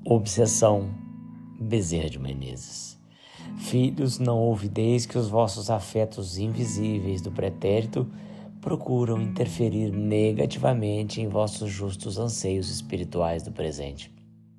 Obsessão, Bezerra de Menezes. Filhos, não ouvideis que os vossos afetos invisíveis do pretérito procuram interferir negativamente em vossos justos anseios espirituais do presente.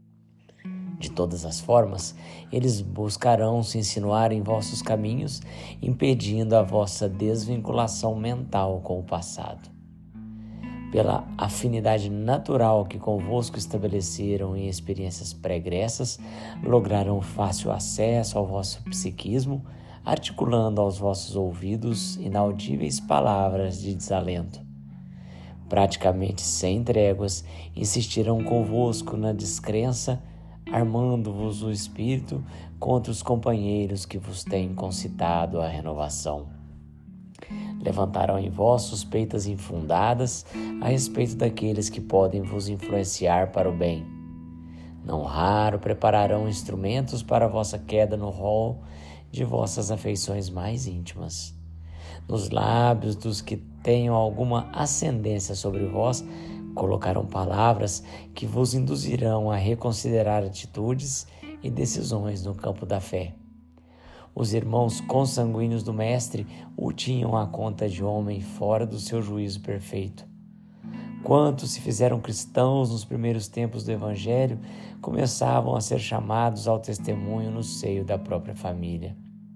De todas as formas, eles buscarão se insinuar em vossos caminhos, impedindo a vossa desvinculação mental com o passado. Pela afinidade natural que convosco estabeleceram em experiências pregressas, lograrão fácil acesso ao vosso psiquismo, articulando aos vossos ouvidos inaudíveis palavras de desalento. Praticamente sem tréguas, insistirão convosco na descrença, armando-vos o espírito contra os companheiros que vos têm concitado a renovação. Levantarão em vós suspeitas infundadas a respeito daqueles que podem vos influenciar para o bem. Não raro prepararão instrumentos para a vossa queda no rol de vossas afeições mais íntimas. Nos lábios dos que tenham alguma ascendência sobre vós, colocarão palavras que vos induzirão a reconsiderar atitudes e decisões no campo da fé. Os irmãos consanguíneos do Mestre o tinham à conta de homem fora do seu juízo perfeito. Quantos se fizeram cristãos nos primeiros tempos do Evangelho começavam a ser chamados ao testemunho no seio da própria família.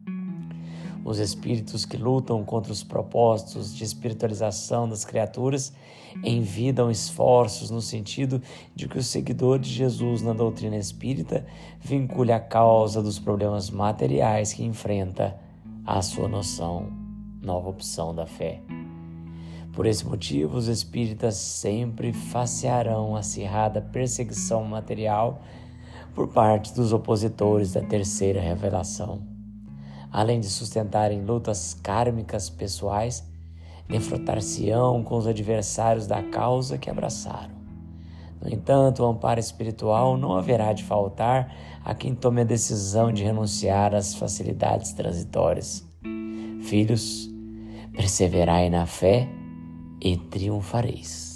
Os espíritos que lutam contra os propósitos de espiritualização das criaturas envidam esforços no sentido de que o seguidor de Jesus na doutrina espírita vincule a causa dos problemas materiais que enfrenta à sua nova opção da fé. Por esse motivo, os espíritas sempre facearão acirrada perseguição material por parte dos opositores da terceira revelação. Além de sustentarem lutas kármicas pessoais, defrontar-se-ão com os adversários da causa que abraçaram. No entanto, o amparo espiritual não haverá de faltar a quem tome a decisão de renunciar às facilidades transitórias. Filhos, perseverai na fé e triunfareis.